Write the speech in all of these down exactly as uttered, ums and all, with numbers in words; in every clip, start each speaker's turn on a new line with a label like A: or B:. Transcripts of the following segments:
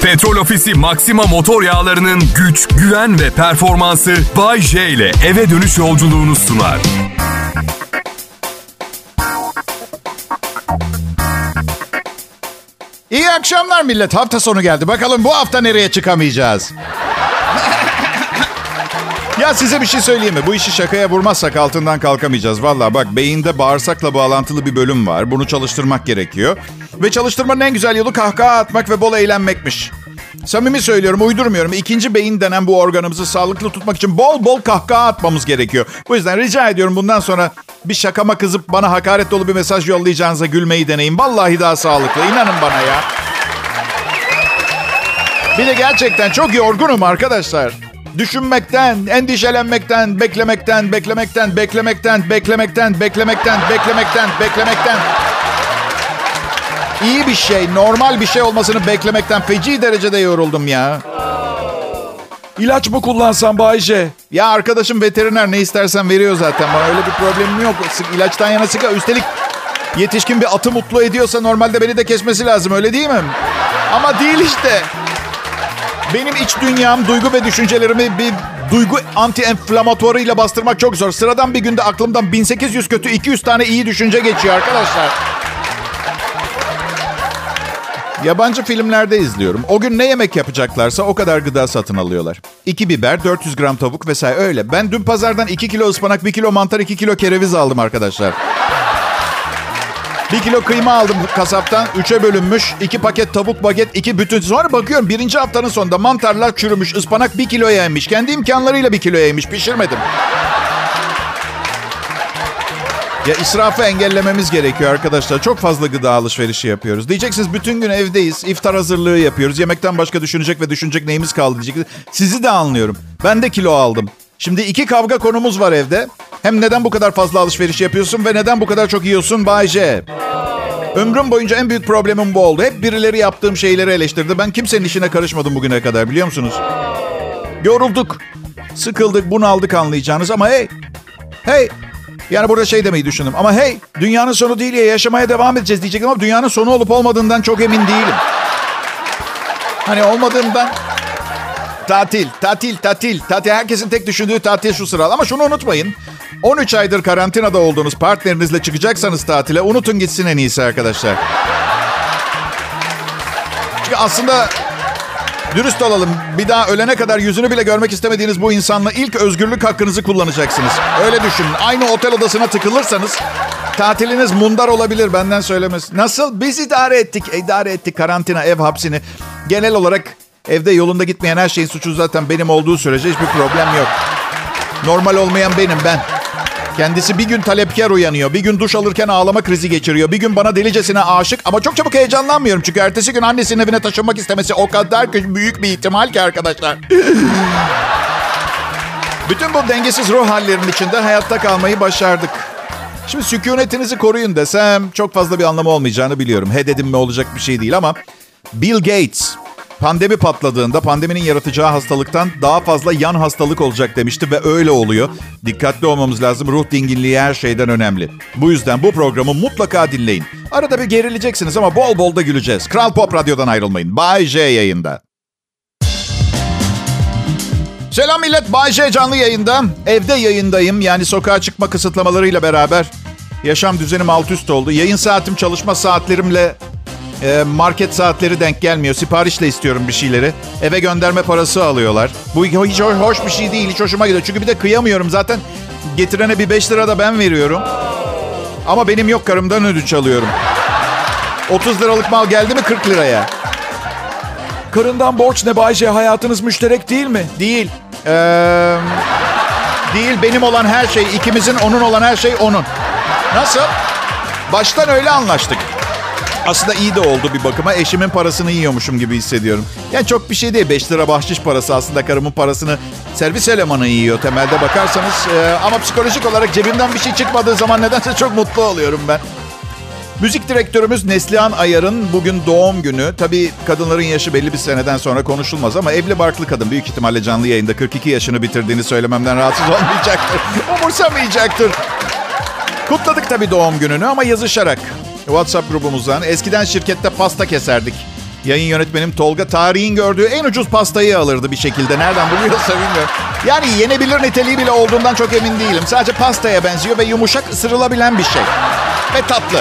A: Petrol Ofisi Maxima motor yağlarının güç, güven ve performansı Bay J ile eve dönüş yolculuğunu sunar.
B: İyi akşamlar millet. Hafta sonu geldi. Bakalım bu hafta nereye çıkamayacağız? Ya size bir şey söyleyeyim mi? Bu işi şakaya vurmazsak altından kalkamayacağız. Vallahi bak, beyinde bağırsakla bağlantılı bir bölüm var. Bunu çalıştırmak gerekiyor. Ve çalıştırmanın en güzel yolu kahkaha atmak ve bol eğlenmekmiş. Samimi söylüyorum, uydurmuyorum. İkinci beyin denen bu organımızı sağlıklı tutmak için bol bol kahkaha atmamız gerekiyor. Bu yüzden rica ediyorum, bundan sonra bir şakama kızıp bana hakaret dolu bir mesaj yollayacağınıza gülmeyi deneyin. Vallahi daha sağlıklı. İnanın bana ya. Bir de gerçekten çok yorgunum arkadaşlar. Düşünmekten, endişelenmekten, beklemekten, beklemekten, beklemekten, beklemekten, beklemekten, beklemekten, beklemekten. İyi bir şey, normal bir şey olmasını beklemekten feci derecede yoruldum ya. İlaç mı kullansam Bay J? Ya arkadaşım veteriner, ne istersen veriyor zaten bana. Öyle bir problemim yok. Sık, ilaçtan yana sıkı. Üstelik yetişkin bir atı mutlu ediyorsa normalde beni de kesmesi lazım, öyle değil mi? Ama değil işte. Benim iç dünyam, duygu ve düşüncelerimi bir duygu anti-enflamatuarıyla bastırmak çok zor. Sıradan bir günde aklımdan bin sekiz yüz kötü, iki yüz tane iyi düşünce geçiyor arkadaşlar. Yabancı filmlerde izliyorum. O gün ne yemek yapacaklarsa o kadar gıda satın alıyorlar. İki biber, dört yüz gram tavuk vesaire öyle. Ben dün pazardan iki kilo ıspanak, bir kilo mantar, iki kilo kereviz aldım arkadaşlar. Bir kilo kıyma aldım kasaptan. Üçe bölünmüş. iki paket tavuk baget, iki bütün. Sonra bakıyorum birinci haftanın sonunda mantarlar çürümüş. Ispanak bir kiloya yemiş. Kendi imkanlarıyla bir kiloya yemiş. Pişirmedim. Ya israfı engellememiz gerekiyor arkadaşlar. Çok fazla gıda alışverişi yapıyoruz. Diyeceksiniz bütün gün evdeyiz. İftar hazırlığı yapıyoruz. Yemekten başka düşünecek ve düşünecek neyimiz kaldı diyeceksiniz. Sizi de anlıyorum. Ben de kilo aldım. Şimdi iki kavga konumuz var evde. Hem neden bu kadar fazla alışveriş yapıyorsun ve neden bu kadar çok yiyorsun Bay J? Ömrüm boyunca en büyük problemim bu oldu. Hep birileri yaptığım şeyleri eleştirdi. Ben kimsenin işine karışmadım bugüne kadar, biliyor musunuz? Yorulduk, sıkıldık, bunaldık anlayacağınız ama hey, hey. Yani burada şey demeyi düşündüm. Ama hey, dünyanın sonu değil ya, yaşamaya devam edeceğiz diyecektim ama dünyanın sonu olup olmadığından çok emin değilim. Hani olmadığından... Tatil, tatil, tatil, tatil. Herkesin tek düşündüğü tatil şu sıralar. Ama şunu unutmayın. on üç aydır karantinada olduğunuz partnerinizle çıkacaksanız tatile, unutun gitsin en iyisi arkadaşlar. Çünkü aslında dürüst olalım. Bir daha ölene kadar yüzünü bile görmek istemediğiniz bu insanla ilk özgürlük hakkınızı kullanacaksınız. Öyle düşünün. Aynı otel odasına tıkılırsanız tatiliniz mundar olabilir, benden söylemesi. Nasıl? Biz idare ettik. İdare ettik karantina, ev hapsini. Genel olarak evde yolunda gitmeyen her şeyin suçu zaten benim olduğu sürece hiçbir problem yok. Normal olmayan benim, ben. Kendisi bir gün talepkar uyanıyor. Bir gün duş alırken ağlama krizi geçiriyor. Bir gün bana delicesine aşık ama çok çabuk heyecanlanmıyorum. Çünkü ertesi gün annesinin evine taşınmak istemesi o kadar büyük bir ihtimal ki arkadaşlar. Bütün bu dengesiz ruh hallerinin içinde hayatta kalmayı başardık. Şimdi sükunetinizi koruyun desem çok fazla bir anlamı olmayacağını biliyorum. He dedim mi olacak bir şey değil ama Bill Gates pandemi patladığında pandeminin yaratacağı hastalıktan daha fazla yan hastalık olacak demişti ve öyle oluyor. Dikkatli olmamız lazım. Ruh dinginliği her şeyden önemli. Bu yüzden bu programı mutlaka dinleyin. Arada bir gerileceksiniz ama bol bol da güleceğiz. Kral Pop Radyo'dan ayrılmayın. Bay J yayında. Selam millet. Bay J canlı yayında. Evde yayındayım. Yani sokağa çıkma kısıtlamalarıyla beraber yaşam düzenim alt üst oldu. Yayın saatim çalışma saatlerimle market saatleri denk gelmiyor. Siparişle istiyorum bir şeyleri. Eve gönderme parası alıyorlar. Bu hiç hoş bir şey değil. Hiç hoşuma gidiyor. Çünkü bir de kıyamıyorum. Zaten getirene bir beş lira da ben veriyorum. Ama benim yok, karımdan ödünç alıyorum. otuz liralık mal geldi mi kırk liraya. Karından borç ne Bay J? Hayatınız müşterek değil mi? Değil. Ee, değil. Benim olan her şey ikimizin, onun olan her şey onun. Nasıl? Baştan öyle anlaştık. Aslında iyi de oldu bir bakıma. Eşimin parasını yiyormuşum gibi hissediyorum. Yani çok bir şey değil. beş lira bahşiş parası, aslında karımın parasını servis elemanı yiyor temelde bakarsanız. Ee, ama psikolojik olarak cebimden bir şey çıkmadığı zaman nedense çok mutlu oluyorum ben. Müzik direktörümüz Neslihan Ayar'ın bugün doğum günü. Tabii kadınların yaşı belli bir seneden sonra konuşulmaz ama evli barklı kadın büyük ihtimalle canlı yayında kırk iki yaşını bitirdiğini söylememden rahatsız olmayacaktır. Umursamayacaktır. Kutladık tabii doğum gününü ama yazışarak. WhatsApp grubumuzdan. Eskiden şirkette pasta keserdik. Yayın yönetmenim Tolga tarihin gördüğü en ucuz pastayı alırdı bir şekilde. Nereden buluyorsa bilmiyorum. Yani yenebilir niteliği bile olduğundan çok emin değilim. Sadece pastaya benziyor ve yumuşak, ısırılabilen bir şey. Ve tatlı.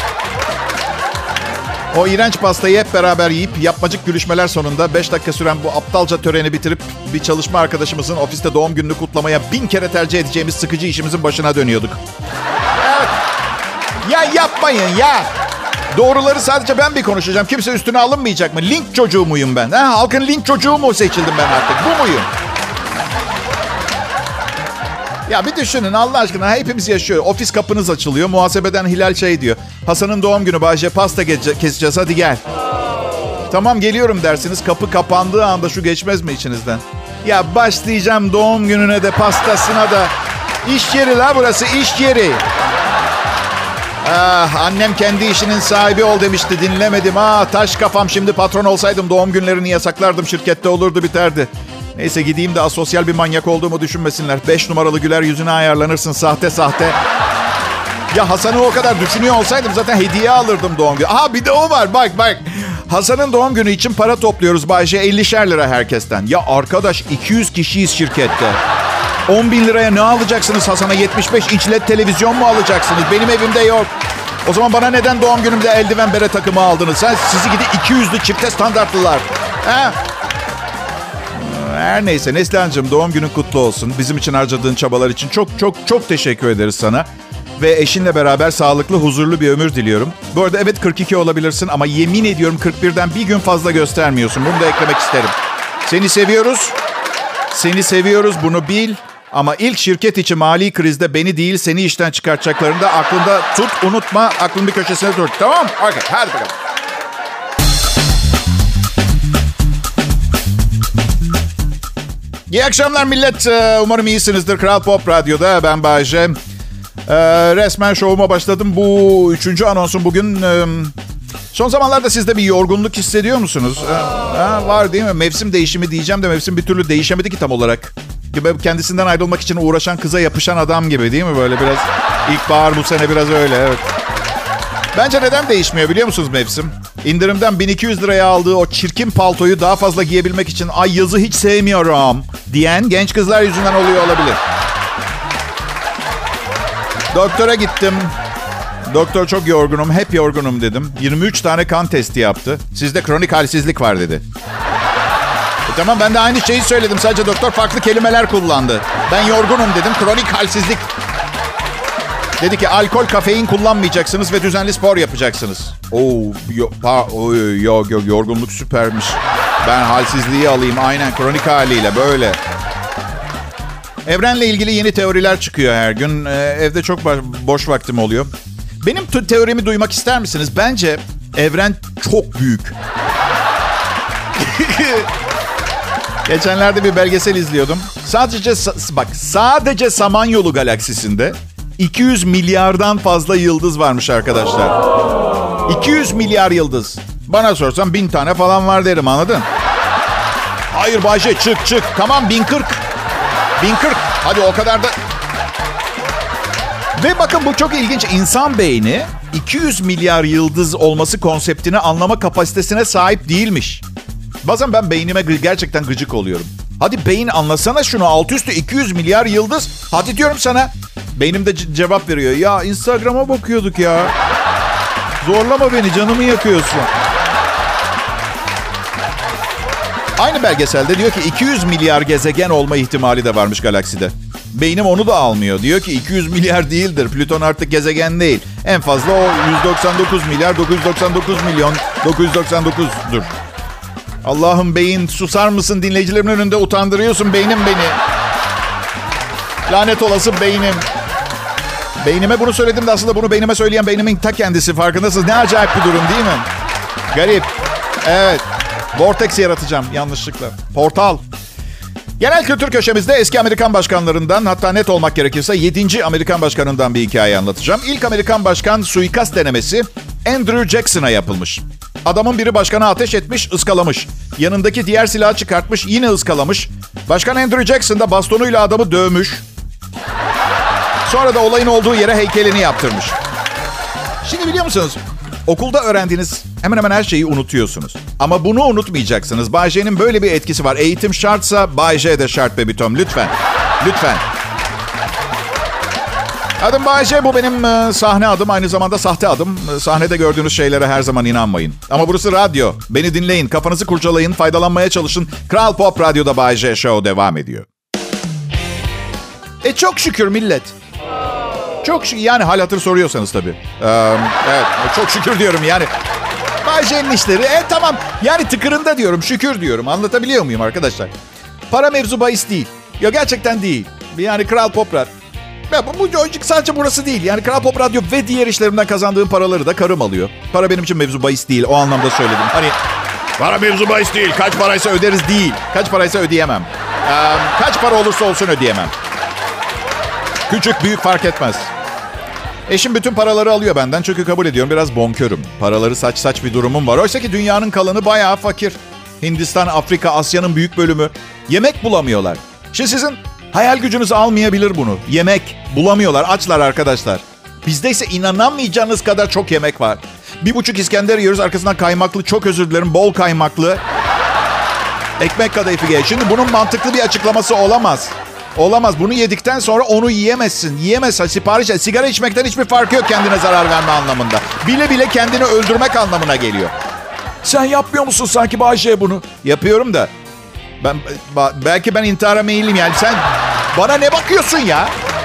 B: O iğrenç pastayı hep beraber yiyip yapmacık gülüşmeler sonunda beş dakika süren bu aptalca töreni bitirip bir çalışma arkadaşımızın ofiste doğum gününü kutlamaya bin kere tercih edeceğimiz sıkıcı işimizin başına dönüyorduk. Evet. Ya yapmayın ya. Doğruları sadece ben bir konuşacağım. Kimse üstüne alınmayacak mı? Link çocuğu muyum ben? Ha? Halkın link çocuğu mu seçildim ben artık? Bu muyum? Ya bir düşünün Allah aşkına, hepimiz yaşıyor. Ofis kapınız açılıyor. Muhasebeden Hilal şey diyor. Hasan'ın doğum günü Bayce, pasta keseceğiz, hadi gel. Tamam geliyorum dersiniz. Kapı kapandığı anda şu geçmez mi içinizden? Ya başlayacağım doğum gününe de pastasına da. İş yeri la burası, iş yeri. Ah, annem kendi işinin sahibi ol demişti, dinlemedim. Ah, taş kafam, şimdi patron olsaydım doğum günlerini yasaklardım, şirkette olurdu biterdi. Neyse gideyim de asosyal bir manyak olduğumu düşünmesinler. Beş numaralı güler yüzüne ayarlanırsın sahte sahte. Ya Hasan'ı o kadar düşünüyor olsaydım zaten hediye alırdım doğum günü. Aha bir de o var, bak bak. Hasan'ın doğum günü için para topluyoruz Bayce, ellişer lira herkesten. Ya arkadaş, iki yüz kişiyiz şirkette. on bin liraya ne alacaksınız Hasan'a? yetmiş beş inç led televizyon mu alacaksınız? Benim evimde yok. O zaman bana neden doğum günümde eldiven bere takımı aldınız? Sen, sizi gidi iki yüzlü çifte standartlılar. He? Her neyse Neslihan'cığım, doğum günün kutlu olsun. Bizim için harcadığın çabalar için çok çok çok teşekkür ederiz sana. Ve eşinle beraber sağlıklı, huzurlu bir ömür diliyorum. Bu arada evet kırk iki olabilirsin ama yemin ediyorum kırk birden bir gün fazla göstermiyorsun. Bunu da eklemek isterim. Seni seviyoruz. Seni seviyoruz, bunu bil. Ama ilk şirket içi mali krizde beni değil seni işten çıkartacaklarında aklında tut, unutma. Aklın bir köşesine tut. Tamam? Okey, hadi bakalım. İyi akşamlar millet. Umarım iyisinizdir. Kral Pop Radyo'da ben Bayce. Ee, resmen şovuma başladım. Bu üçüncü anonsun bugün. Ee, son zamanlarda siz de bir yorgunluk hissediyor musunuz? Ee, ha, var değil mi? Mevsim değişimi diyeceğim de mevsim bir türlü değişemedi ki tam olarak. Gibi kendisinden ayrılmak için uğraşan kıza yapışan adam gibi değil mi? Böyle biraz ilkbahar bu sene biraz öyle, evet. Bence neden değişmiyor biliyor musunuz mevsim? İndirimden bin iki yüz liraya aldığı o çirkin paltoyu daha fazla giyebilmek için ay yazı hiç sevmiyorum diyen genç kızlar yüzünden oluyor olabilir. Doktora gittim. Doktor çok yorgunum, hep yorgunum dedim. yirmi üç tane kan testi yaptı. Sizde kronik halsizlik var dedi. E tamam ben de aynı şeyi söyledim. Sadece doktor farklı kelimeler kullandı. Ben yorgunum dedim, kronik halsizlik. Dedi ki alkol, kafein kullanmayacaksınız ve düzenli spor yapacaksınız. Oo, yo, pa, oo, yo, yo, yorgunluk süpermiş. Ben halsizliği alayım aynen kronik haliyle böyle. Evrenle ilgili yeni teoriler çıkıyor her gün. Ee, evde çok boş vaktim oluyor. Benim t- teorimi duymak ister misiniz? Bence evren çok büyük. Geçenlerde bir belgesel izliyordum. Sadece bak sadece Samanyolu galaksisinde iki yüz milyardan fazla yıldız varmış arkadaşlar. iki yüz milyar yıldız. Bana sorsan bin tane falan var derim, anladın? Hayır Bayce çık çık. Tamam bin kırk. bin kırk. Hadi o kadar da. Ve bakın bu çok ilginç. İnsan beyni iki yüz milyar yıldız olması konseptini anlama kapasitesine sahip değilmiş. Bazen ben beynime gerçekten gıcık oluyorum. Hadi beyin anlasana şunu, altı üstü iki yüz milyar yıldız. Hadi diyorum sana. Beynim de c- cevap veriyor. Ya Instagram'a bakıyorduk ya. Zorlama beni, canımı yakıyorsun. Aynı belgeselde diyor ki iki yüz milyar gezegen olma ihtimali de varmış galakside. Beynim onu da almıyor. Diyor ki iki yüz milyar değildir. Plüton artık gezegen değil. En fazla o yüz doksan dokuz milyar dokuz yüz doksan dokuz milyon dokuz yüz doksan dokuzdur. Allah'ım beyin susar mısın? Dinleyicilerimin önünde utandırıyorsun beynim beni. Lanet olası beynim. Beynime bunu söyledim de aslında bunu beynime söyleyen beynimin ta kendisi, farkındasınız. Ne acayip bir durum değil mi? Garip. Evet. Vortex yaratacağım yanlışlıkla. Portal. Genel kültür köşemizde eski Amerikan başkanlarından, hatta net olmak gerekirse yedinci Amerikan başkanından bir hikaye anlatacağım. İlk Amerikan başkan suikast denemesi Andrew Jackson'a yapılmış. Adamın biri başkana ateş etmiş, ıskalamış. Yanındaki diğer silahı çıkartmış, yine ıskalamış. Başkan Andrew Jackson da bastonuyla adamı dövmüş. Sonra da olayın olduğu yere heykelini yaptırmış. Şimdi biliyor musunuz? Okulda öğrendiğiniz hemen hemen her şeyi unutuyorsunuz. Ama bunu unutmayacaksınız. Bay J'nin böyle bir etkisi var. Eğitim şartsa Bay J de şart be bir Tom. Lütfen. Lütfen. Adım Bay J. Bu benim e, sahne adım. Aynı zamanda sahte adım. E, sahnede gördüğünüz şeylere her zaman inanmayın. Ama burası radyo. Beni dinleyin. Kafanızı kurcalayın. Faydalanmaya çalışın. Kral Pop Radyo'da Bay J Show devam ediyor. E çok şükür millet. Çok şükür. Yani hal hatır soruyorsanız tabii. Ee, evet. Çok şükür diyorum yani. Bay J'nin işleri. E tamam. Yani tıkırında diyorum. Şükür diyorum. Anlatabiliyor muyum arkadaşlar? Para mevzu bahis değil. Ya gerçekten değil. Yani Kral Pop Radyo. Ya bu, bu sadece burası değil. Yani Kral Pop Radyo ve diğer işlerimden kazandığım paraları da karım alıyor. Para benim için mevzu bahis değil. O anlamda söyledim. Hani para mevzu bahis değil. Kaç paraysa öderiz değil. Kaç paraysa ödeyemem. Ee, kaç para olursa olsun ödeyemem. Küçük büyük fark etmez. Eşim bütün paraları alıyor benden çünkü kabul ediyorum biraz bonkörüm. Paraları saç saç bir durumum var. Oysa ki dünyanın kalanı bayağı fakir. Hindistan, Afrika, Asya'nın büyük bölümü yemek bulamıyorlar. Şimdi sizin hayal gücünüz almayabilir bunu. Yemek bulamıyorlar, açlar arkadaşlar. Bizde ise inanamayacağınız kadar çok yemek var. Bir buçuk İskender yiyoruz, arkasından kaymaklı, çok özür dilerim, bol kaymaklı ekmek kadayıfı geliyor. Şimdi bunun mantıklı bir açıklaması olamaz. Olamaz. Bunu yedikten sonra onu yiyemezsin. Yiyemezsin. Sipariş et. Sigara içmekten hiçbir farkı yok kendine zarar verme anlamında. Bile bile kendini öldürmek anlamına geliyor. Sen yapmıyor musun sanki Bay J bunu? Yapıyorum da. Ben belki ben intihara meyilliyim yani. Sen bana ne bakıyorsun ya?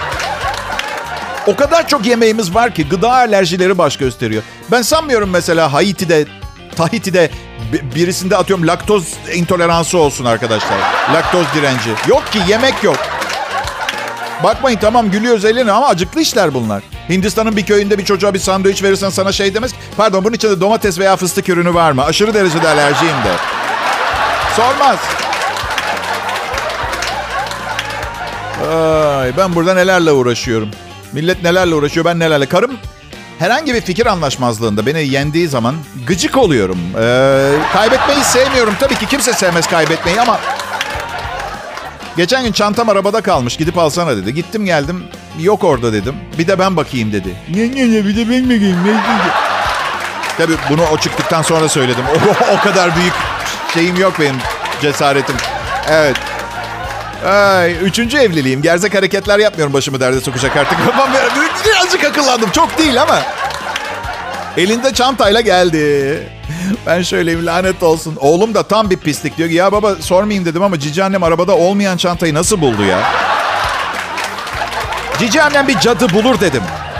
B: O kadar çok yemeğimiz var ki gıda alerjileri baş gösteriyor. Ben sanmıyorum mesela Haiti'de, Tahiti'de birisinde atıyorum laktoz intoleransı olsun arkadaşlar. Laktoz direnci. Yok ki, yemek yok. Bakmayın tamam gülüyoruz eğleniyor ama acıklı işler bunlar. Hindistan'ın bir köyünde bir çocuğa bir sandviç verirsen sana şey demez ki, pardon bunun içinde domates veya fıstık ürünü var mı? Aşırı derecede alerjiyim de. Sormaz. Ay, ben burada nelerle uğraşıyorum. Millet nelerle uğraşıyor, ben nelerle. Karım herhangi bir fikir anlaşmazlığında beni yendiği zaman gıcık oluyorum. Ee, kaybetmeyi sevmiyorum. Tabii ki kimse sevmez kaybetmeyi ama... Geçen gün çantam arabada kalmış. Gidip alsana dedi. Gittim geldim. Yok orada dedim. Bir de ben bakayım dedi. Ne ne ne bir de ben bakayım. Tabii bunu o çıktıktan sonra söyledim. O, o kadar büyük şeyim yok benim. Cesaretim. Evet. Ay, üçüncü evliliğim. Gerzek hareketler yapmıyorum başımı derde sokacak artık. Birazcık akıllandım. Çok değil ama. Elinde çantayla geldi. Ben şöyleyim lanet olsun. Oğlum da tam bir pislik diyor ki ya baba sormayayım dedim ama cici annem arabada olmayan çantayı nasıl buldu ya? Cici annem bir cadı bulur dedim.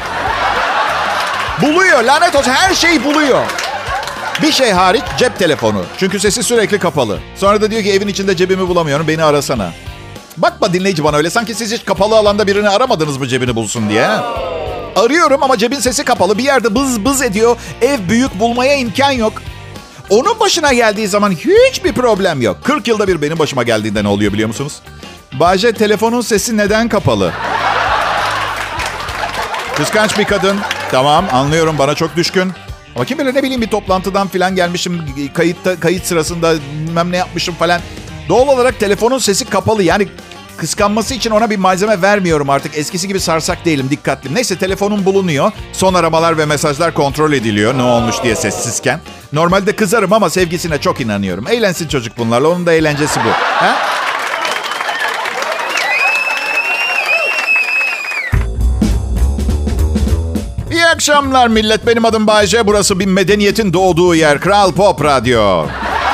B: Buluyor lanet olsun her şeyi buluyor. Bir şey hariç cep telefonu. Çünkü sesi sürekli kapalı. Sonra da diyor ki evin içinde cebimi bulamıyorum beni arasana. Bakma dinleyici bana öyle sanki siz hiç kapalı alanda birini aramadınız mı cebini bulsun diye. Arıyorum ama cebin sesi kapalı. Bir yerde bız bız ediyor. Ev büyük bulmaya imkan yok. Onun başına geldiği zaman hiçbir problem yok. kırk yılda bir benim başıma geldiğinde ne oluyor biliyor musunuz? Bahçe telefonun sesi neden kapalı? Kıskanç bir kadın. Tamam anlıyorum bana çok düşkün. Ama kim bilir ne bileyim bir toplantıdan falan gelmişim. Kayıtta, kayıt sırasında bilmem ne yapmışım falan. Doğal olarak telefonun sesi kapalı. Yani kıskanması için ona bir malzeme vermiyorum artık. Eskisi gibi sarsak değilim, dikkatliyim. Neyse telefonum bulunuyor. Son aramalar ve mesajlar kontrol ediliyor. Ne olmuş diye sessizken. Normalde kızarım ama sevgisine çok inanıyorum. Eğlensin çocuk bunlarla. Onun da eğlencesi bu. Ha? İyi akşamlar millet. Benim adım Bay J. Burası bir medeniyetin doğduğu yer. Kral Pop Radyo.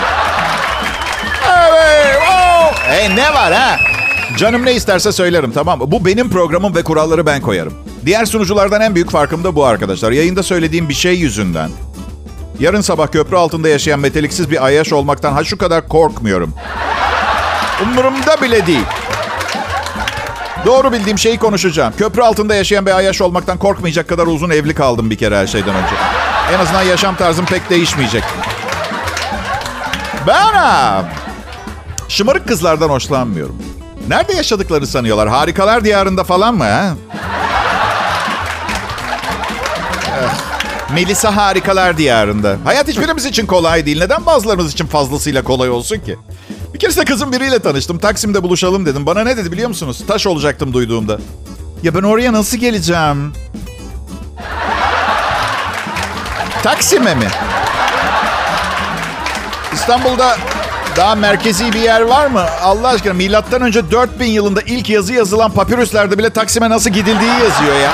B: Evet. Oh. Hey ne var ha? Canım ne isterse söylerim tamam mı? Bu benim programım ve kuralları ben koyarım. Diğer sunuculardan en büyük farkım da bu arkadaşlar. Yayında söylediğim bir şey yüzünden. Yarın sabah köprü altında yaşayan meteliksiz bir ayyaş olmaktan ha şu kadar korkmuyorum. Umurumda bile değil. Doğru bildiğim şeyi konuşacağım. Köprü altında yaşayan bir ayyaş olmaktan korkmayacak kadar uzun evli kaldım bir kere her şeyden önce. En azından yaşam tarzım pek değişmeyecek. Ben ha, şımarık kızlardan hoşlanmıyorum. Nerede yaşadıklarını sanıyorlar? Harikalar diyarında falan mı? Ha? Melisa harikalar diyarında. Hayat hiçbirimiz için kolay değil. Neden bazılarımız için fazlasıyla kolay olsun ki? Bir keresinde kızım biriyle tanıştım. Taksim'de buluşalım dedim. Bana ne dedi biliyor musunuz? Taş olacaktım duyduğumda. Ya ben oraya nasıl geleceğim? Taksim'e mi? İstanbul'da daha merkezi bir yer var mı? Allah aşkına, milattan önce dört bin yılında ilk yazı yazılan papirüslerde bile Taksim'e nasıl gidildiği yazıyor ya.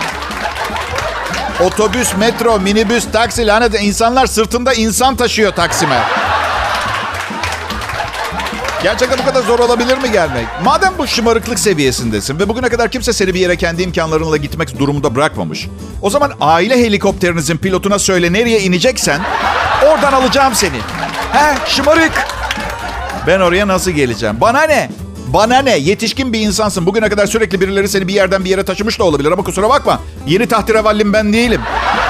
B: Otobüs, metro, minibüs, taksi, lanet, insanlar sırtında insan taşıyor Taksim'e. Gerçekten bu kadar zor olabilir mi gelmek? Madem bu şımarıklık seviyesindesin ve bugüne kadar kimse seni bir yere kendi imkanlarınla gitmek durumunda bırakmamış, o zaman aile helikopterinizin pilotuna söyle nereye ineceksen, oradan alacağım seni. He, şımarık. Ben oraya nasıl geleceğim? Bana ne? Bana ne? Yetişkin bir insansın. Bugüne kadar sürekli birileri seni bir yerden bir yere taşımış da olabilir ama kusura bakma. Yeni tahterevallim ben değilim.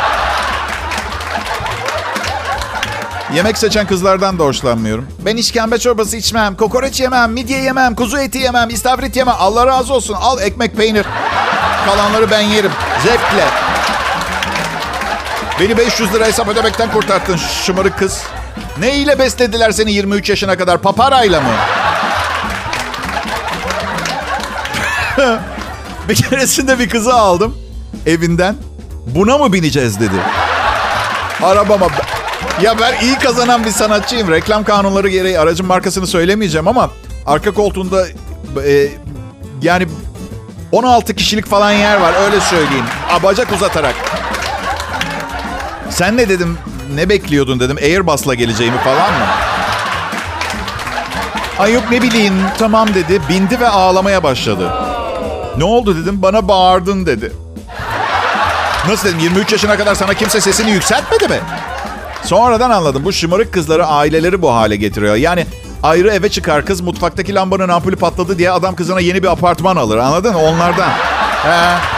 B: Yemek seçen kızlardan da hoşlanmıyorum. Ben işkembe çorbası içmem, kokoreç yemem, midye yemem, kuzu eti yemem, istavrit yemem. Allah razı olsun. Al ekmek, peynir. Kalanları ben yerim. Zevkle. Beni beş yüz lira hesap ödemekten kurtarttın şımarık kız. Ne ile beslediler seni yirmi üç yaşına kadar? Paparayla mı? Bir keresinde bir kızı aldım evinden. Buna mı bineceğiz dedi. Arabama. Ya ben iyi kazanan bir sanatçıyım. Reklam kanunları gereği aracın markasını söylemeyeceğim ama arka koltuğunda e, yani on altı kişilik falan yer var, öyle söyleyeyim. A, bacak uzatarak. Sen ne dedim? Ne bekliyordun dedim. Airbus'la geleceğimi falan mı? Ay yok ne bileyim. Tamam dedi. Bindi ve ağlamaya başladı. Ne oldu dedim. Bana bağırdın dedi. Nasıl dedim? yirmi üç yaşına kadar sana kimse sesini yükseltmedi mi? Sonradan anladım. Bu şımarık kızları aileleri bu hale getiriyor. Yani ayrı eve çıkar kız, mutfaktaki lambanın ampulü patladı diye adam kızına yeni bir apartman alır. Anladın mı? Onlardan. He.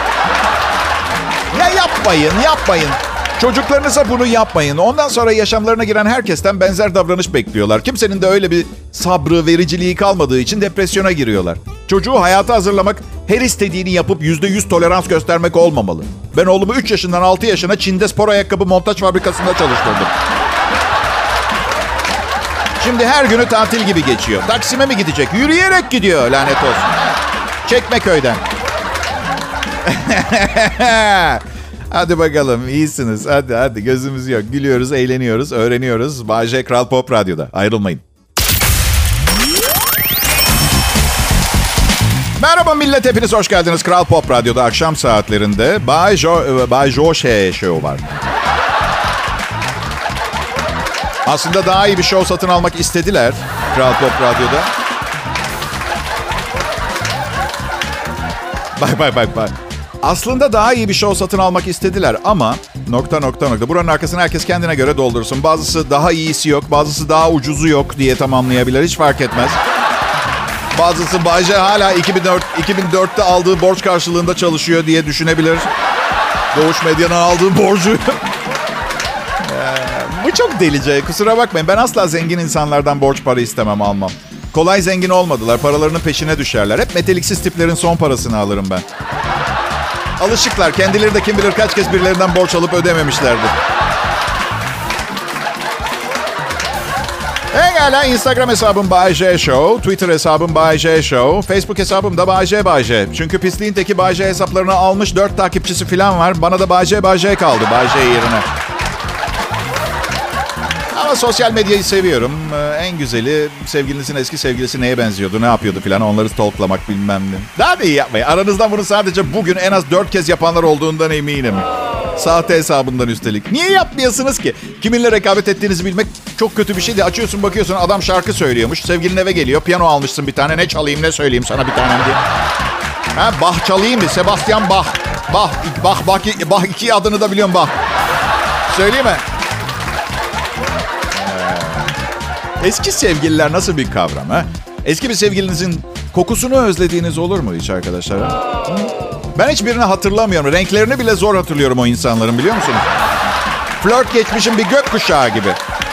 B: Ya yapmayın, yapmayın. Çocuklarınıza bunu yapmayın. Ondan sonra yaşamlarına giren herkesten benzer davranış bekliyorlar. Kimsenin de öyle bir sabrı, vericiliği kalmadığı için depresyona giriyorlar. Çocuğu hayata hazırlamak, her istediğini yapıp yüzde yüz tolerans göstermek olmamalı. Ben oğlumu üç yaşından altı yaşına Çin'de spor ayakkabı montaj fabrikasında çalıştırdım. Şimdi her günü tatil gibi geçiyor. Taksim'e mi gidecek? Yürüyerek gidiyor, lanet olsun. Çekmeköy'den. Hadi bakalım, iyisiniz. Hadi hadi, gözümüz yok. Gülüyoruz, eğleniyoruz, öğreniyoruz. Bay J, Kral Pop Radyo'da. Ayrılmayın. Merhaba millet, hepiniz hoş geldiniz. Kral Pop Radyo'da akşam saatlerinde Bay Jo, Bay Joşe Show var. Aslında daha iyi bir show satın almak istediler Kral Pop Radyo'da. Bak bak bak bak. Aslında daha iyi bir show satın almak istediler ama nokta nokta nokta. Buranın arkasını herkes kendine göre doldursun. Bazısı daha iyisi yok, bazısı daha ucuzu yok diye tamamlayabilir. Hiç fark etmez. Bazısı Bay J hala iki bin dört, iki bin dörtte aldığı borç karşılığında çalışıyor diye düşünebilir. Doğuş Medya'nın aldığı borcu. Bu çok delice. Kusura bakmayın. Ben asla zengin insanlardan borç para istemem, almam. Kolay zengin olmadılar. Paralarının peşine düşerler. Hep meteliksiz tiplerin son parasını alırım ben. Alışıklar. Kendileri de kim bilir kaç kez birilerinden borç alıp ödememişlerdir. Pekala, Instagram hesabım Bay J Show, Twitter hesabım Bay J Show, Facebook hesabım da Bay J Bay J. Çünkü pisliğin teki Bay J hesaplarını almış, dört takipçisi falan var. Bana da Bay J Bay J kaldı, Bay J yerine. Ama sosyal medyayı seviyorum. Ee, en güzeli, sevgilinizin eski sevgilisi neye benziyordu, ne yapıyordu falan, onları stalklamak bilmem ne. Daha da iyi yapmayın. Aranızdan bunu sadece bugün en az dört kez yapanlar olduğundan eminim. Sahte hesabından üstelik. Niye yapmıyorsunuz ki? Kiminle rekabet ettiğinizi bilmek çok kötü bir şey de. Açıyorsun bakıyorsun adam şarkı söylüyormuş. Sevgilin eve geliyor. Piyano almışsın bir tane. Ne çalayım ne söyleyeyim sana bir tanem diye. Ha, Bach çalayım mı? Sebastian Bach. Bach. Bach. Bach. Bach iki adını da biliyorum Bach. Söyleyeyim mi? Ee, eski sevgililer nasıl bir kavram ha? Eski bir sevgilinizin kokusunu özlediğiniz olur mu hiç arkadaşlar? Ha? Ben hiçbirini hatırlamıyorum. Renklerini bile zor hatırlıyorum o insanların, biliyor musunuz? Flört geçmişim bir gökkuşağı gibi.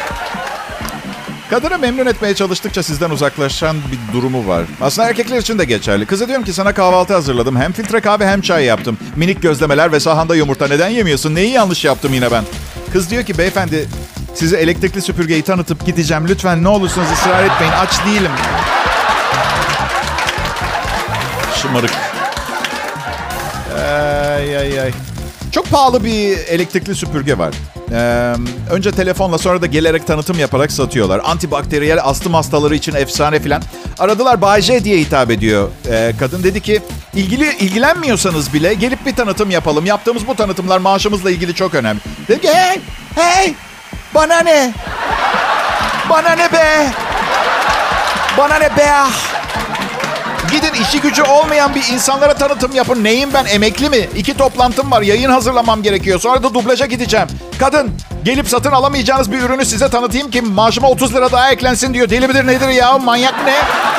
B: Kadını memnun etmeye çalıştıkça sizden uzaklaşan bir durumu var. Aslında erkekler için de geçerli. Kıza diyorum ki sana kahvaltı hazırladım. Hem filtre kahve hem çay yaptım. Minik gözlemeler ve sahanda yumurta. Neden yemiyorsun? Neyi yanlış yaptım yine ben? Kız diyor ki beyefendi size elektrikli süpürgeyi tanıtıp gideceğim. Lütfen ne olursunuz ısrar etmeyin. Aç değilim. Şımarık. Ay ay ay. Çok pahalı bir elektrikli süpürge var. Ee, önce telefonla sonra da gelerek tanıtım yaparak satıyorlar. Antibakteriyel astım hastaları için efsane filan. Aradılar, Bay J diye hitap ediyor. Ee, kadın dedi ki ilgili ilgilenmiyorsanız bile gelip bir tanıtım yapalım. Yaptığımız bu tanıtımlar maaşımızla ilgili çok önemli. Dedi ki hey hey bana ne? Bana ne be? Bana ne be? Gidin işi gücü olmayan bir insanlara tanıtım yapın. Neyim ben, emekli mi? İki toplantım var, yayın hazırlamam gerekiyor. Sonra da dublaja gideceğim. Kadın gelip satın alamayacağınız bir ürünü size tanıtayım ki maaşıma otuz lira daha eklensin diyor. Deli midir nedir ya, manyak ne?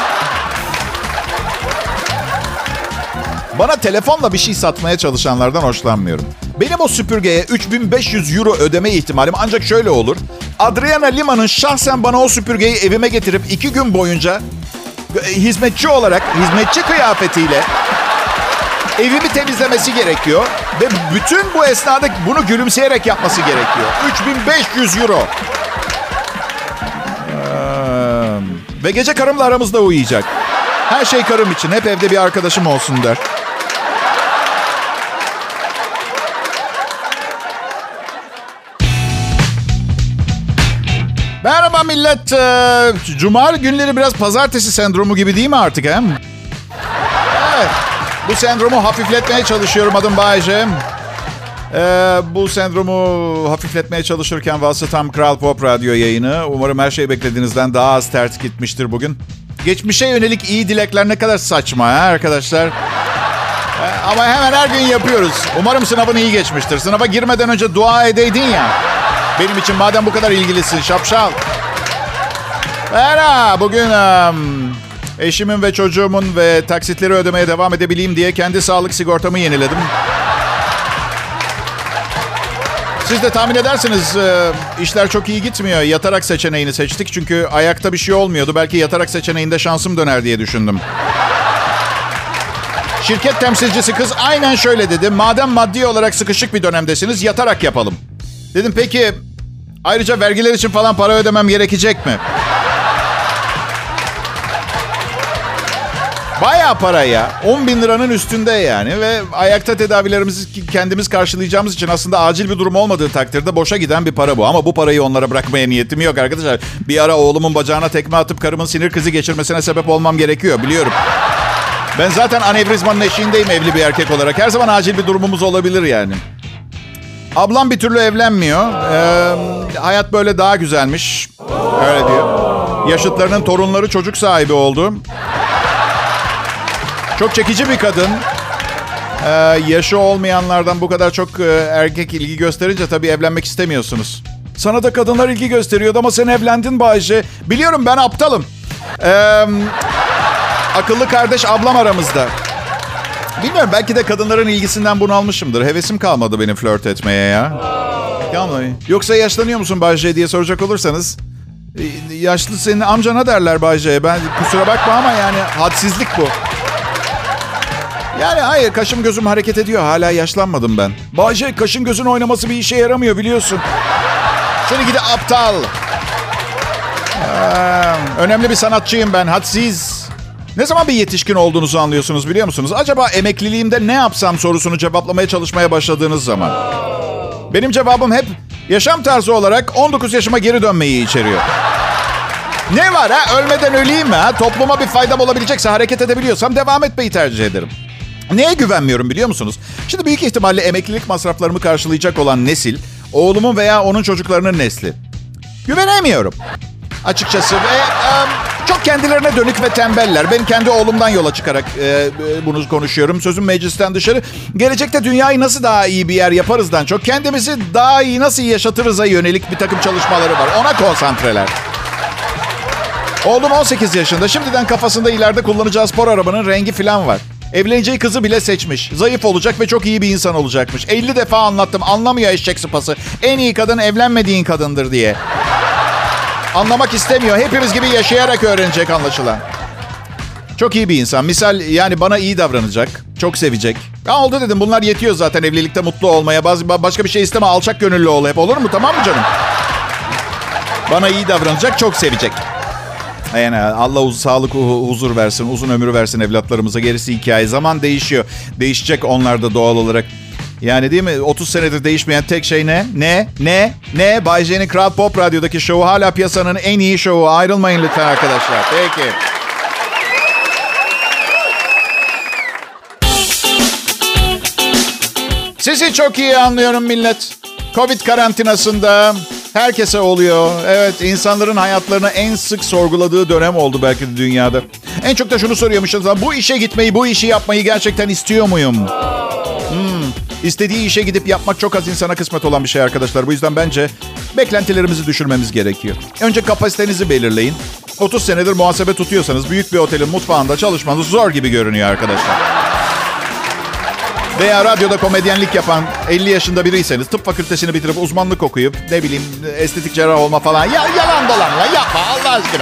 B: Bana telefonla bir şey satmaya çalışanlardan hoşlanmıyorum. Benim o süpürgeye üç bin beş yüz euro ödeme ihtimalim ancak şöyle olur. Adriana Lima'nın şahsen bana o süpürgeyi evime getirip iki gün boyunca hizmetçi olarak, hizmetçi kıyafetiyle evimi temizlemesi gerekiyor. Ve bütün bu esnada bunu gülümseyerek yapması gerekiyor. üç bin beş yüz euro. Ee, ve gece karımla aramızda uyuyacak. Her şey karım için. Hep evde bir arkadaşım olsun der. Merhaba millet. Ee, Cuma günleri biraz pazartesi sendromu gibi değil mi artık he? Evet. Bu sendromu hafifletmeye çalışıyorum. Adım Bayece. Ee, bu sendromu hafifletmeye çalışırken vasıtam Kral Pop Radyo yayını. Umarım her şey beklediğinizden daha az ters gitmiştir bugün. Geçmişe yönelik iyi dilekler ne kadar saçma ha arkadaşlar. Ee, ama hemen her gün yapıyoruz. Umarım sınavın iyi geçmiştir. Sınava girmeden önce dua edeydin ya. Benim için madem bu kadar ilgilisin şapşal. Merhaba. Bugün um, eşimin ve çocuğumun ve taksitleri ödemeye devam edebileyim diye kendi sağlık sigortamı yeniledim. Siz de tahmin edersiniz e, işler çok iyi gitmiyor. Yatarak seçeneğini seçtik çünkü ayakta bir şey olmuyordu. Belki yatarak seçeneğinde şansım döner diye düşündüm. Şirket temsilcisi kız aynen şöyle dedi. Madem maddi olarak sıkışık bir dönemdesiniz yatarak yapalım. Dedim peki ayrıca vergiler için falan para ödemem gerekecek mi? Bayağı para ya. on bin liranın üstünde yani. Ve ayakta tedavilerimizi kendimiz karşılayacağımız için aslında acil bir durum olmadığı takdirde boşa giden bir para bu. Ama bu parayı onlara bırakmaya niyetim yok arkadaşlar. Bir ara oğlumun bacağına tekme atıp karımın sinir krizi geçirmesine sebep olmam gerekiyor biliyorum. Ben zaten anevrizmanın eşiğindeyim evli bir erkek olarak. Her zaman acil bir durumumuz olabilir yani. Ablam bir türlü evlenmiyor. Ee, hayat böyle daha güzelmiş. Öyle diyor. Yaşıtlarının torunları çocuk sahibi oldu. Çok çekici bir kadın. Ee, yaşı olmayanlardan bu kadar çok e, erkek ilgi gösterince tabii evlenmek istemiyorsunuz. Sana da kadınlar ilgi gösteriyordu ama sen evlendin Bayce. Biliyorum ben aptalım. Ee, akıllı kardeş ablam aramızda. Bilmiyorum belki de kadınların ilgisinden bunalmışımdır. Hevesim kalmadı benim flört etmeye ya. Kalmayın. Yoksa yaşlanıyor musun Bayce diye soracak olursanız. Yaşlı senin amcana derler Bayce'ye. Ben kusura bakma ama yani hadsizlik bu. Yani hayır kaşım gözüm hareket ediyor. Hala yaşlanmadım ben. Bayce kaşın gözün oynaması bir işe yaramıyor biliyorsun. Seni gidi aptal. Ee, önemli bir sanatçıyım ben. Hadsiz. Ne zaman bir yetişkin olduğunuzu anlıyorsunuz biliyor musunuz? Acaba emekliliğimde ne yapsam sorusunu cevaplamaya çalışmaya başladığınız zaman. Benim cevabım hep yaşam tarzı olarak on dokuz yaşıma geri dönmeyi içeriyor. Ne var ha? Ölmeden öleyim mi ha? Topluma bir faydam olabilecekse hareket edebiliyorsam devam etmeyi tercih ederim. Neye güvenmiyorum biliyor musunuz? Şimdi büyük ihtimalle emeklilik masraflarımı karşılayacak olan nesil, oğlumun veya onun çocuklarının nesli. Güvenemiyorum. Açıkçası ve e, çok kendilerine dönük ve tembeller. Ben kendi oğlumdan yola çıkarak e, bunu konuşuyorum. Sözüm meclisten dışarı. Gelecekte dünyayı nasıl daha iyi bir yer yaparızdan çok kendimizi daha iyi nasıl yaşatırıza yönelik bir takım çalışmaları var. Ona konsantreler. Oğlum on sekiz yaşında. Şimdiden kafasında ileride kullanacağı spor arabanın rengi falan var. Evleneceği kızı bile seçmiş. Zayıf olacak ve çok iyi bir insan olacakmış. elli defa anlattım. Anlamıyor eşek sıpası. En iyi kadın evlenmediğin kadındır diye. Anlamak istemiyor. Hepimiz gibi yaşayarak öğrenecek anlaşılan. Çok iyi bir insan. Misal yani bana iyi davranacak. Çok sevecek. Ya oldu dedim. Bunlar yetiyor zaten evlilikte mutlu olmaya. Bazı başka bir şey isteme. Alçak gönüllü ol hep. Olur mu? Tamam mı canım? Bana iyi davranacak. Çok sevecek. Yani Allah uz- sağlık, huzur versin, uzun ömür versin evlatlarımıza. Gerisi hikaye. Zaman değişiyor. Değişecek onlar da doğal olarak. Yani değil mi? otuz senedir değişmeyen tek şey ne? Ne? Ne? Ne? Bay J'nin Kral Pop Radyo'daki şovu hala piyasanın en iyi şovu. Ayrılmayın lütfen arkadaşlar. Peki. Sizi çok iyi anlıyorum millet. Covid karantinasında herkese oluyor. Evet, insanların hayatlarını en sık sorguladığı dönem oldu belki de dünyada. En çok da şunu soruyormuşuz. Bu işe gitmeyi, bu işi yapmayı gerçekten istiyor muyum? Hmm. İstediği işe gidip yapmak çok az insana kısmet olan bir şey arkadaşlar. Bu yüzden bence beklentilerimizi düşürmemiz gerekiyor. Önce kapasitenizi belirleyin. otuz senedir muhasebe tutuyorsanız büyük bir otelin mutfağında çalışmanız zor gibi görünüyor arkadaşlar. Veya radyoda komedyenlik yapan elli yaşında biriyseniz, tıp fakültesini bitirip uzmanlık okuyup ne bileyim estetik cerrah olma falan. Ya yalan dolan ya, yapma Allah aşkına.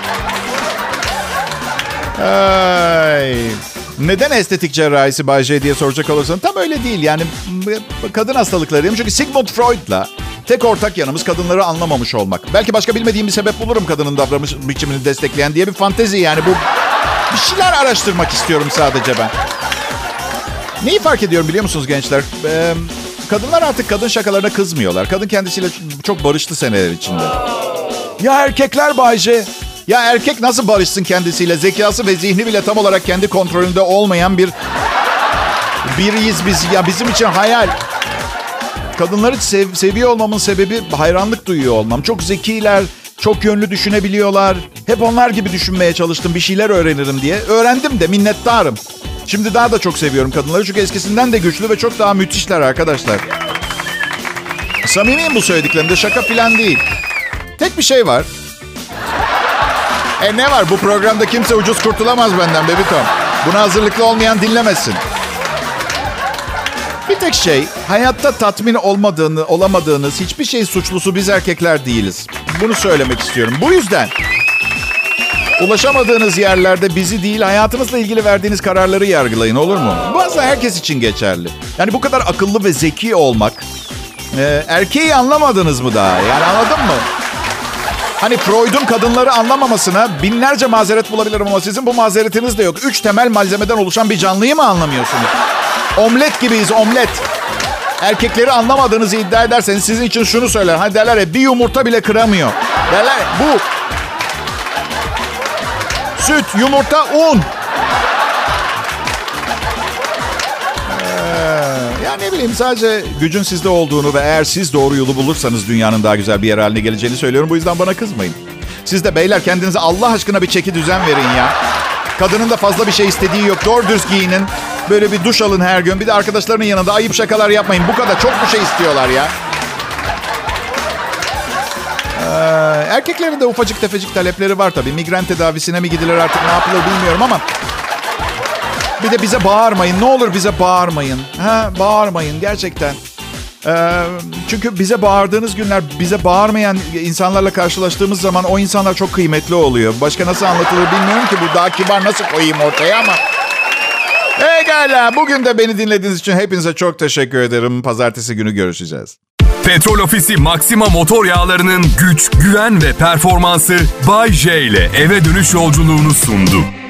B: Ay. Neden estetik cerrahisi Bay J diye soracak olursan tam öyle değil. Yani kadın hastalıklarıyım. Çünkü Sigmund Freud'la tek ortak yanımız kadınları anlamamış olmak. Belki başka bilmediğim bir sebep bulurum kadının davranış biçimini destekleyen diye bir fantezi yani. Bu bir şeyler araştırmak istiyorum sadece ben. Neyi fark ediyorum biliyor musunuz gençler? Ee, kadınlar artık kadın şakalarına kızmıyorlar. Kadın kendisiyle çok barıştı seneler içinde. Ya erkekler Bay J. Ya erkek nasıl barışsın kendisiyle? Zekası ve zihni bile tam olarak kendi kontrolünde olmayan bir biriyiz biz. Ya bizim için hayal. Kadınları sev, seviyor olmamın sebebi hayranlık duyuyor olmam. Çok zekiler, çok yönlü düşünebiliyorlar. Hep onlar gibi düşünmeye çalıştım. Bir şeyler öğrenirim diye. Öğrendim de minnettarım. Şimdi daha da çok seviyorum kadınları. Çünkü eskisinden de güçlü ve çok daha müthişler arkadaşlar. Samimiyim bu söylediklerimde. Şaka falan değil. Tek bir şey var. E ne var? Bu programda kimse ucuz kurtulamaz benden bebitom. Buna hazırlıklı olmayan dinlemesin. Bir tek şey, hayatta tatmin olmadığını, olamadığınız hiçbir şey suçlusu biz erkekler değiliz. Bunu söylemek istiyorum. Bu yüzden ulaşamadığınız yerlerde bizi değil, hayatınızla ilgili verdiğiniz kararları yargılayın, olur mu? Bu aslında herkes için geçerli. Yani bu kadar akıllı ve zeki olmak, e, erkeği anlamadınız mı daha? Yani anladın mı? Hani Freud'un kadınları anlamamasına binlerce mazeret bulabilirim ama sizin bu mazeretiniz de yok. Üç temel malzemeden oluşan bir canlıyı mı anlamıyorsunuz? Omlet gibiyiz, omlet. Erkekleri anlamadığınızı iddia ederseniz sizin için şunu söyler. Hani derler ya, bir yumurta bile kıramıyor. Derler ya, bu. Süt, yumurta, un. Ee, ya ne bileyim, sadece gücün sizde olduğunu ve eğer siz doğru yolu bulursanız dünyanın daha güzel bir yer haline geleceğini söylüyorum. Bu yüzden bana kızmayın. Siz de beyler kendinize Allah aşkına bir çeki düzen verin ya. Kadının da fazla bir şey istediği yok. Doğru düz giyinin. Böyle bir duş alın her gün. Bir de arkadaşlarının yanında ayıp şakalar yapmayın. Bu kadar çok bir şey istiyorlar ya. Ee, erkeklerin de ufacık tefecik talepleri var tabii. Migren tedavisine mi gidilir artık, ne yapılır bilmiyorum ama. Bir de bize bağırmayın. Ne olur bize bağırmayın. Ha, bağırmayın gerçekten. Ee, çünkü bize bağırdığınız günler, bize bağırmayan insanlarla karşılaştığımız zaman o insanlar çok kıymetli oluyor. Başka nasıl anlatılır bilmiyorum ki, bu daha kibar nasıl koyayım ortaya ama. Egala, bugün de beni dinlediğiniz için hepinize çok teşekkür ederim. Pazartesi günü görüşeceğiz.
A: Petrol Ofisi Maxima motor yağlarının güç, güven ve performansı Bay J ile eve dönüş yolculuğunu sundu.